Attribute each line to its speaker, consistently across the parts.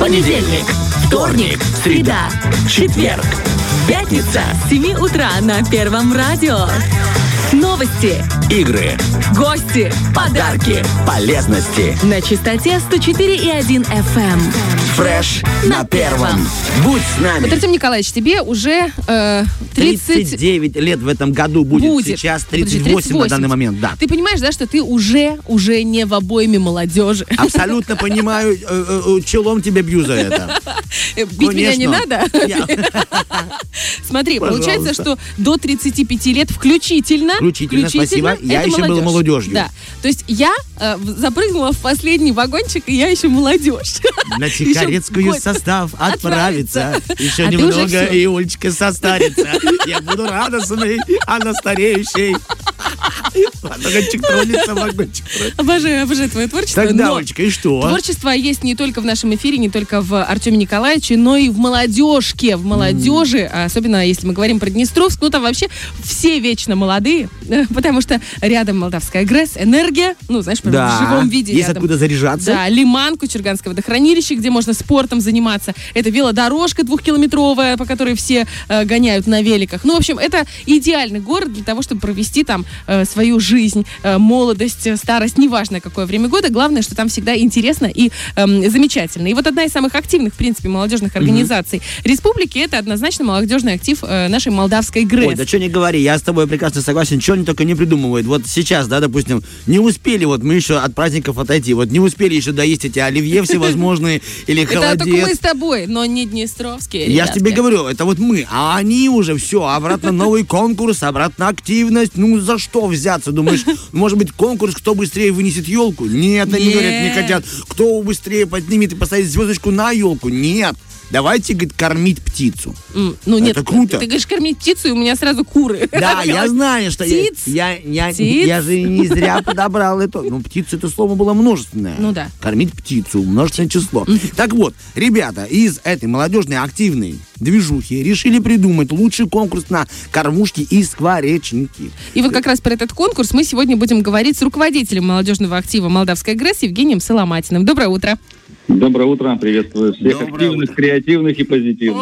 Speaker 1: Понедельник, вторник, среда, четверг, пятница
Speaker 2: С 7 утра на Первом радио. Новости,
Speaker 1: игры,
Speaker 2: гости,
Speaker 1: подарки, полезности.
Speaker 2: на частоте 104,1 FM.
Speaker 1: Фреш на первом. Будь с
Speaker 3: Вот,
Speaker 1: нами.
Speaker 3: Артем Николаевич, тебе уже
Speaker 4: 39 лет в этом году будет. Сейчас 38 на данный момент, да.
Speaker 3: Ты понимаешь, да, что ты уже не в обойме молодежи.
Speaker 4: Абсолютно понимаю, челом тебя бью за это.
Speaker 3: Бить меня не
Speaker 4: Конечно.
Speaker 3: надо? Смотри,
Speaker 4: Пожалуйста.
Speaker 3: получается, что до 35 лет включительно,
Speaker 4: спасибо. Я
Speaker 3: это
Speaker 4: еще был
Speaker 3: молодежь.
Speaker 4: молодежью.
Speaker 3: Да. То есть я запрыгнула в последний вагончик, и я еще молодежь.
Speaker 4: На
Speaker 3: Еще
Speaker 4: Тихорецкую
Speaker 3: год.
Speaker 4: состав отправится. Еще
Speaker 3: А ты уже
Speaker 4: немного,
Speaker 3: всё.
Speaker 4: и Олечка состарится. Я буду радостный, она стареющий. Вагончик тронется, вагончик тронется.
Speaker 3: Обожаю твое творчество.
Speaker 4: Тогда,
Speaker 3: но
Speaker 4: Олечка, и что?
Speaker 3: Творчество есть не только в нашем эфире, не только в Артеме Николаевиче, но и в молодежке. В молодежи, особенно если мы говорим про Днестровск, ну там вообще все вечно молодые, потому что рядом Молдавская ГРЭС, энергия, ну знаешь, прям в живом виде
Speaker 4: есть
Speaker 3: рядом.
Speaker 4: откуда заряжаться.
Speaker 3: Да, Лиман, Кучерганское водохранилище, где можно спортом заниматься. Это велодорожка 2-километровая, по которой все гоняют на великах. Ну, в общем, это идеальный город для того, чтобы провести там свою жизнь, молодость, старость, неважно какое время года. Главное, что там всегда интересно и замечательно. И вот одна из самых активных, в принципе, молодежных организаций республики, это однозначно молодежный актив нашей молдавской ГРЭС.
Speaker 4: Ой, да что не говори, я с тобой прекрасно согласен, что они только не придумывают. Вот сейчас, да, допустим, не успели, вот мы еще от праздников отойти, вот не успели еще доесть эти оливье всевозможные или
Speaker 3: Это только мы
Speaker 4: холодец.
Speaker 3: с тобой, но не днестровские
Speaker 4: Я ж тебе
Speaker 3: ребятки.
Speaker 4: говорю, это вот мы, а они уже все, обратно новый конкурс, обратно активность. Ну за что взяться? Думаешь, может быть конкурс, кто быстрее вынесет елку? Нет, они говорят, не хотят. Кто быстрее поднимет и поставит звездочку на елку? Нет. Давайте, говорит, кормить птицу.
Speaker 3: Ну нет,
Speaker 4: Это круто.
Speaker 3: Ты говоришь кормить птицу, и у меня сразу куры.
Speaker 4: Да, я знаю, что
Speaker 3: Птиц.
Speaker 4: я
Speaker 3: Птиц.
Speaker 4: же не зря подобрал это. Ну, птица, это слово было множественное.
Speaker 3: Ну да.
Speaker 4: Кормить птицу, множественное число. Так вот, ребята из этой молодежной активной движухи решили придумать лучший конкурс на кормушки и скворечники.
Speaker 3: И вот как раз про этот конкурс мы сегодня будем говорить с руководителем молодежного актива Молдавской ГРЭС Евгением Соломатиным. Доброе утро.
Speaker 5: Доброе утро, приветствую всех
Speaker 4: Доброе
Speaker 5: активных,
Speaker 4: утро.
Speaker 5: креативных и позитивных.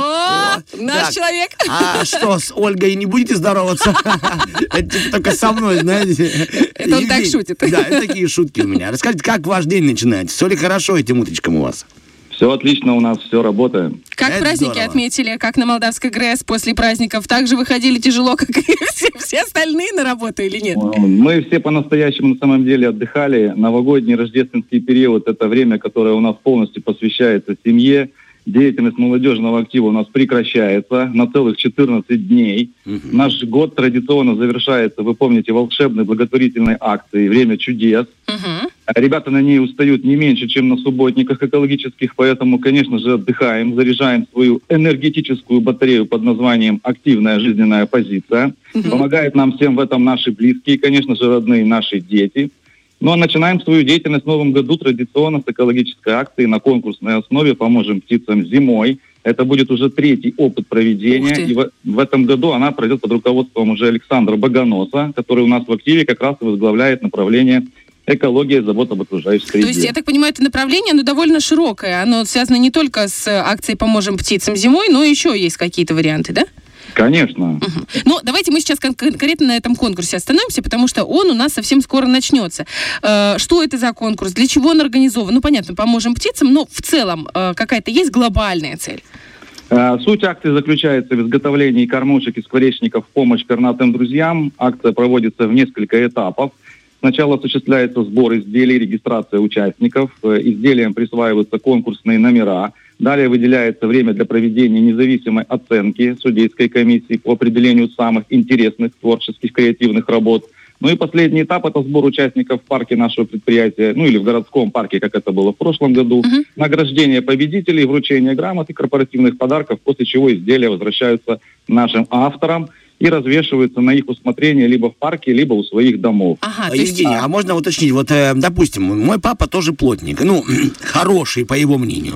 Speaker 3: Наш
Speaker 4: Так.
Speaker 3: человек.
Speaker 4: А что, с Ольгой не будете здороваться? Это типа только со мной, знаете.
Speaker 3: Это он так
Speaker 4: Евгений,
Speaker 3: шутит.
Speaker 4: Да, это такие шутки у меня. Расскажите, как ваш день начинается? Все ли хорошо этим утречком у вас?
Speaker 5: Все отлично у нас, все работаем.
Speaker 3: Как
Speaker 4: Это
Speaker 3: праздники
Speaker 4: здорово.
Speaker 3: отметили, как на Молдавской ГРЭС после праздников? Также выходили тяжело, как и все остальные на работу или нет?
Speaker 5: Мы все по-настоящему на самом деле отдыхали. Новогодний, рождественский период – это время, которое у нас полностью посвящается семье. Деятельность молодежного актива у нас прекращается на целых 14 дней. Наш год традиционно завершается, вы помните, волшебной благотворительной акцией «Время чудес».
Speaker 3: Мгм.
Speaker 5: Ребята на ней устают не меньше, чем на субботниках экологических, поэтому, конечно же, отдыхаем, заряжаем свою энергетическую батарею под названием «Активная жизненная позиция». Помогают нам всем в этом наши близкие, конечно же, родные наши дети. Ну а начинаем свою деятельность в новом году традиционно с экологической акции на конкурсной основе «Поможем птицам зимой». Это будет уже 3-й опыт
Speaker 3: Ух
Speaker 5: проведения.
Speaker 3: ты.
Speaker 5: И в этом году она пройдет под руководством уже Александра Богоноса, который у нас в активе как раз и возглавляет направление экология и забота об окружающей среде.
Speaker 3: То есть, я так понимаю, это направление, оно довольно широкое. Оно связано не только с акцией «Поможем птицам зимой», но еще есть какие-то варианты, да?
Speaker 5: Конечно.
Speaker 3: Ну, давайте мы сейчас конкретно на этом конкурсе остановимся, потому что он у нас совсем скоро начнется. Что это за конкурс? Для чего он организован? Ну, понятно, «Поможем птицам», но в целом какая-то есть глобальная цель?
Speaker 5: Суть акции заключается в изготовлении кормушек и скворечников в помощь пернатым друзьям. Акция проводится в несколько этапов. Сначала осуществляется сбор изделий, регистрация участников. Изделиям присваиваются конкурсные номера. Далее выделяется время для проведения независимой оценки судейской комиссии по определению самых интересных творческих креативных работ. Ну и последний этап – это сбор участников в парке нашего предприятия, ну или в городском парке, как это было в прошлом году. Награждение победителей, вручение грамот и корпоративных подарков, после чего изделия возвращаются нашим авторам и развешиваются на их усмотрение либо в парке, либо у своих домов.
Speaker 3: Ага, то есть...
Speaker 4: Евгений, а можно уточнить? Вот, допустим, мой папа тоже плотник. Ну, хороший, по его мнению.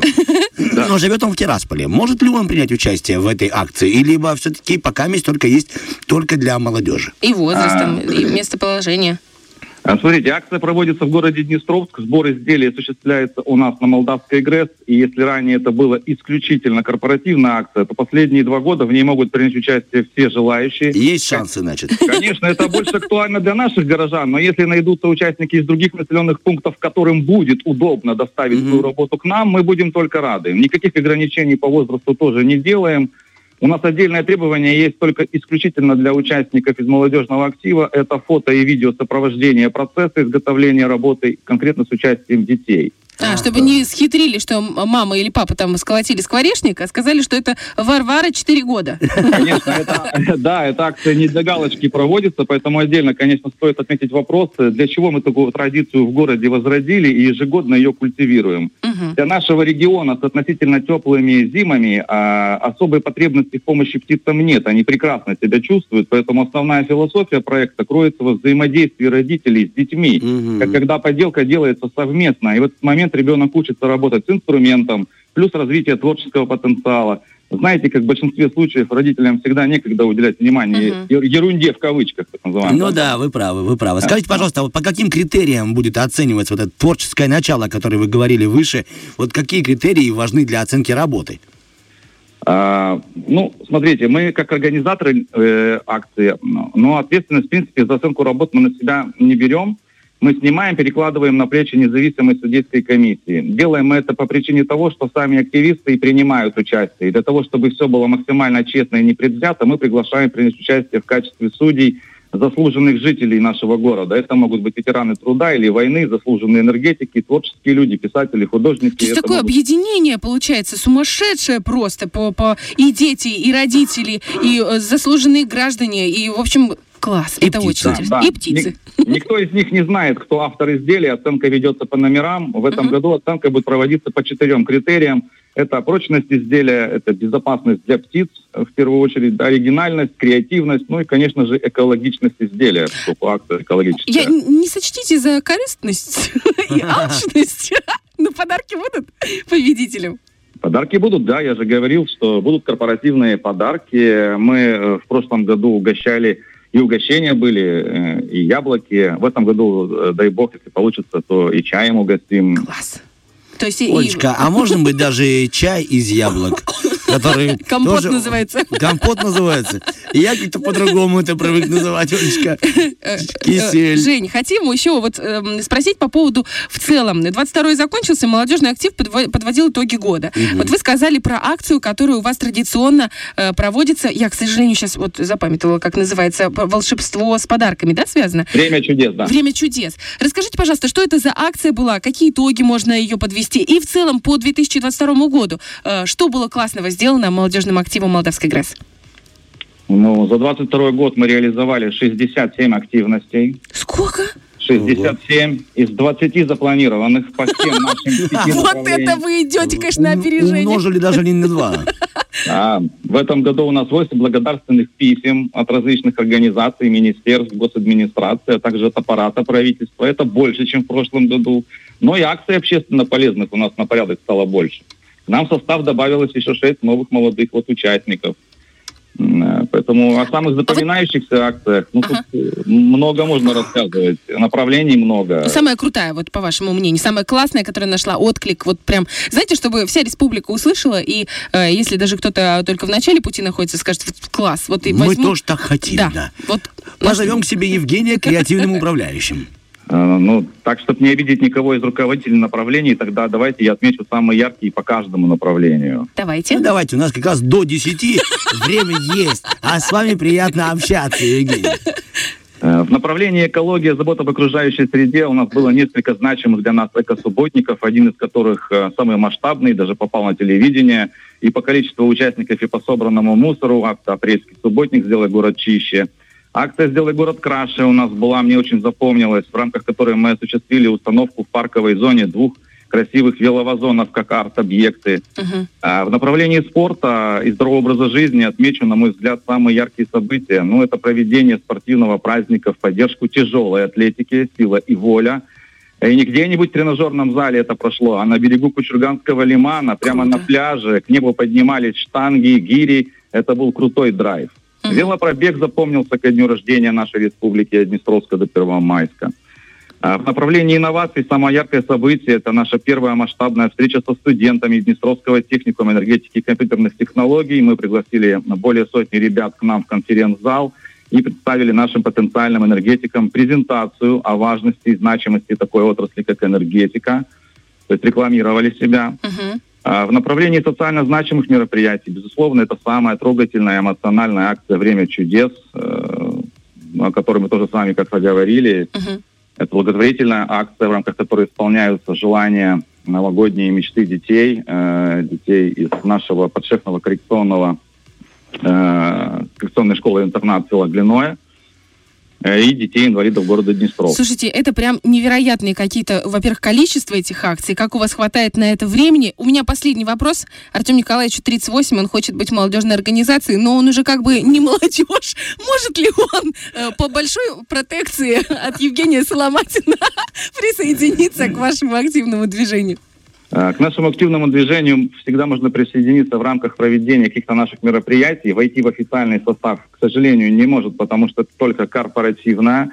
Speaker 4: Но живет он в Тирасполе. Может ли он принять участие в этой акции? И либо все-таки пока месть только есть только для молодежи?
Speaker 3: И возрастом, и местоположение.
Speaker 5: Смотрите, акция проводится в городе Днестровск. Сбор изделий осуществляется у нас на Молдавской ГРЭС. И если ранее это была исключительно корпоративная акция, то последние 2 года в ней могут принять участие все желающие.
Speaker 4: Есть шансы, значит.
Speaker 5: Конечно, это больше актуально для наших горожан, но если найдутся участники из других населенных пунктов, которым будет удобно доставить свою работу к нам, мы будем только рады. Никаких ограничений по возрасту тоже не делаем. У нас отдельное требование есть только исключительно для участников из молодежного актива. Это фото и видео сопровождения процесса изготовления работы конкретно с участием детей.
Speaker 3: Чтобы не схитрили, что мама или папа там сколотили скворечник, а сказали, что это Варвара 4 года.
Speaker 5: Конечно, эта акция не для галочки проводится, поэтому отдельно, конечно, стоит отметить вопрос, для чего мы такую традицию в городе возродили и ежегодно ее культивируем. Для нашего региона с относительно теплыми зимами особой потребности в помощи птицам нет. Они прекрасно себя чувствуют, поэтому основная философия проекта кроется во взаимодействии родителей с детьми, как когда поделка делается совместно. И в этот момент ребенок учится работать с инструментом, плюс развитие творческого потенциала. Знаете, как в большинстве случаев родителям всегда некогда уделять внимание ерунде в кавычках, так называемой.
Speaker 4: Ну да, вы правы. Скажите, пожалуйста, вот по каким критериям будет оцениваться вот это творческое начало, о котором вы говорили выше? Вот какие критерии важны для оценки работы?
Speaker 5: Смотрите, мы как организаторы акции, но ответственность, в принципе, за оценку работ мы на себя не берем. Мы снимаем, перекладываем на плечи независимой судейской комиссии. Делаем мы это по причине того, что сами активисты и принимают участие. И для того, чтобы все было максимально честно и непредвзято, мы приглашаем принять участие в качестве судей заслуженных жителей нашего города. Это могут быть ветераны труда или войны, заслуженные энергетики, творческие люди, писатели, художники.
Speaker 3: То есть такое объединение получается сумасшедшее просто и дети, и родители, и заслуженные граждане, и, в общем, класс.
Speaker 4: И
Speaker 3: это
Speaker 4: птицы.
Speaker 3: очень интересно.
Speaker 5: Да.
Speaker 3: И птицы.
Speaker 5: Никто из них не знает, кто автор изделия. Оценка ведется по номерам. В этом году оценка будет проводиться по 4 критериям. Это прочность изделия, это безопасность для птиц, в первую очередь, оригинальность, креативность, ну и, конечно же, экологичность изделия, поскольку акция экологическая.
Speaker 3: Не сочтите за корыстность и алчность, но подарки будут победителям.
Speaker 5: Подарки будут, да, я же говорил, что будут корпоративные подарки. Мы в прошлом году угощали, и угощения были, и яблоки. В этом году, дай бог, если получится, то и чаем угостим.
Speaker 3: Класс. То есть
Speaker 4: Олечка, а можно быть даже чай из яблок, который...
Speaker 3: Компот называется.
Speaker 4: Компот называется. Я как-то по-другому это привык называть, Олечка. Кисель.
Speaker 3: Жень, хотим еще спросить по поводу в целом. 22-й закончился, молодежный актив подводил итоги года. Вот вы сказали про акцию, которая у вас традиционно проводится. Я, к сожалению, сейчас запамятовала, как называется, волшебство с подарками, да, связано?
Speaker 5: Время чудес, да.
Speaker 3: Время чудес. Расскажите, пожалуйста, что это за акция была? Какие итоги можно ее подвести? И в целом по 2022 году, что было классного сделано молодежным активом Молдавской ГРЭС?
Speaker 5: За 22 год мы реализовали 67 активностей.
Speaker 3: Сколько?
Speaker 5: 67 из 20 запланированных по всем нашим 5 направлениям.
Speaker 3: Вот это вы идете, конечно, на опережение.
Speaker 4: Умножили даже не на 2.
Speaker 5: В этом году у нас 8 благодарственных писем от различных организаций, министерств, госадминистрации, а также от аппарата правительства. Это больше, чем в прошлом году. Но и акций общественно полезных у нас на порядок стало больше. К нам в состав добавилось еще 6 новых молодых участников. Поэтому о самых запоминающихся акциях, тут много можно рассказывать, направлений много.
Speaker 3: Самая крутая, по вашему мнению, самая классная, которая нашла отклик, прям, знаете, чтобы вся республика услышала, и если даже кто-то только в начале пути находится, скажет, класс, и
Speaker 4: мы
Speaker 3: возьму...
Speaker 4: тоже так хотим, да. Позовем к себе Евгения креативным управляющим.
Speaker 5: Так, чтобы не обидеть никого из руководителей направлений, тогда давайте я отмечу самые яркие по каждому направлению.
Speaker 3: Давайте.
Speaker 4: Давайте, у нас как раз до 10 время есть, а с вами приятно общаться, Евгений.
Speaker 5: В направлении экология, забота об окружающей среде у нас было несколько значимых для нас экосубботников, один из которых самый масштабный, даже попал на телевидение, и по количеству участников, и по собранному мусору, апрельский субботник «Сделай город чище». Акция «Сделай город краше» у нас была, мне очень запомнилась, в рамках которой мы осуществили установку в парковой зоне 2 красивых веловазонов как арт-объекты. В направлении спорта и здорового образа жизни отмечу, на мой взгляд, самые яркие события. Это проведение спортивного праздника в поддержку тяжелой атлетики «Сила и воля». И не где-нибудь в тренажерном зале это прошло, а на берегу Кучурганского лимана, прямо на пляже, к небу поднимались штанги, гири. Это был крутой драйв. Велопробег запомнился ко дню рождения нашей республики Днестровска до Первомайска. В направлении инноваций самое яркое событие – это наша первая масштабная встреча со студентами Днестровского техникума энергетики и компьютерных технологий. Мы пригласили более сотни ребят к нам в конференц-зал и представили нашим потенциальным энергетикам презентацию о важности и значимости такой отрасли, как энергетика. То есть рекламировали себя. В направлении социально значимых мероприятий, безусловно, это самая трогательная эмоциональная акция «Время чудес», о которой мы тоже с вами как-то говорили. Это благотворительная акция, в рамках которой исполняются желания, новогодние мечты детей из нашего подшефного коррекционной школы-интернат села Глиное и детей-инвалидов города Днестровск.
Speaker 3: Слушайте, это прям невероятные какие-то, во-первых, количество этих акций, как у вас хватает на это времени. У меня последний вопрос. Артему Николаевичу 38, он хочет быть в молодежной организации, но он уже как бы не молодежь. Может ли он по большой протекции от Евгения Соломатина присоединиться к вашему активному движению?
Speaker 5: К нашему активному движению всегда можно присоединиться в рамках проведения каких-то наших мероприятий. Войти в официальный состав, к сожалению, не может, потому что это только корпоративное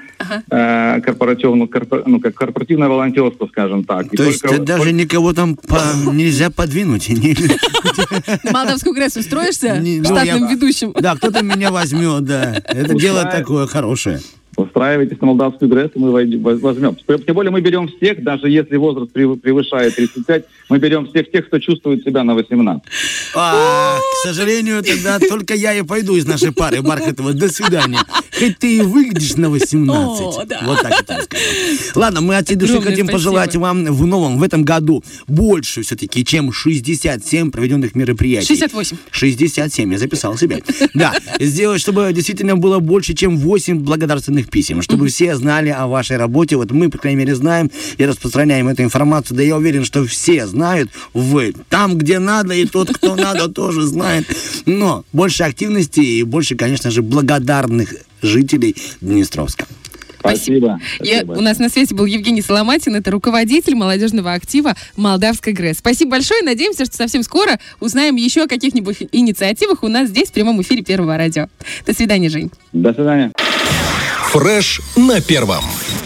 Speaker 5: волонтерство, скажем так.
Speaker 4: То есть даже никого там нельзя подвинуть?
Speaker 3: На Молдавскую ГРЭС устроишься штатным ведущим?
Speaker 4: Да, кто-то меня возьмет, да. Это дело такое хорошее.
Speaker 5: Устраивайтесь на Молдавскую ГРЭС, и мы возьмем. Тем более мы берем всех, даже если возраст превышает 35, мы берем всех тех, кто чувствует себя на 18.
Speaker 4: К сожалению, тогда только я и пойду из нашей пары Бархатова. До свидания. Хоть ты и выглядишь на 18.
Speaker 3: Да.
Speaker 4: Вот так это скажу. Ладно, мы от всей души хотим пожелать вам в этом году больше все-таки, чем 67 проведенных мероприятий.
Speaker 3: 68.
Speaker 4: 67, я записал себе. Да, сделать, чтобы действительно было больше, чем 8 благодарственных писем, чтобы все знали о вашей работе. Вот мы, по крайней мере, знаем и распространяем эту информацию. Да я уверен, что все знают, вы там, где надо, и тот, кто надо, тоже знает. Но больше активности и больше, конечно же, благодарных жителей Днестровска.
Speaker 5: Спасибо.
Speaker 3: У нас на связи был Евгений Соломатин, это руководитель молодежного актива Молдавской ГРЭС. Спасибо большое, надеемся, что совсем скоро узнаем еще о каких-нибудь инициативах у нас здесь в прямом эфире Первого радио. До свидания, Жень.
Speaker 5: До свидания.
Speaker 1: Фреш на первом.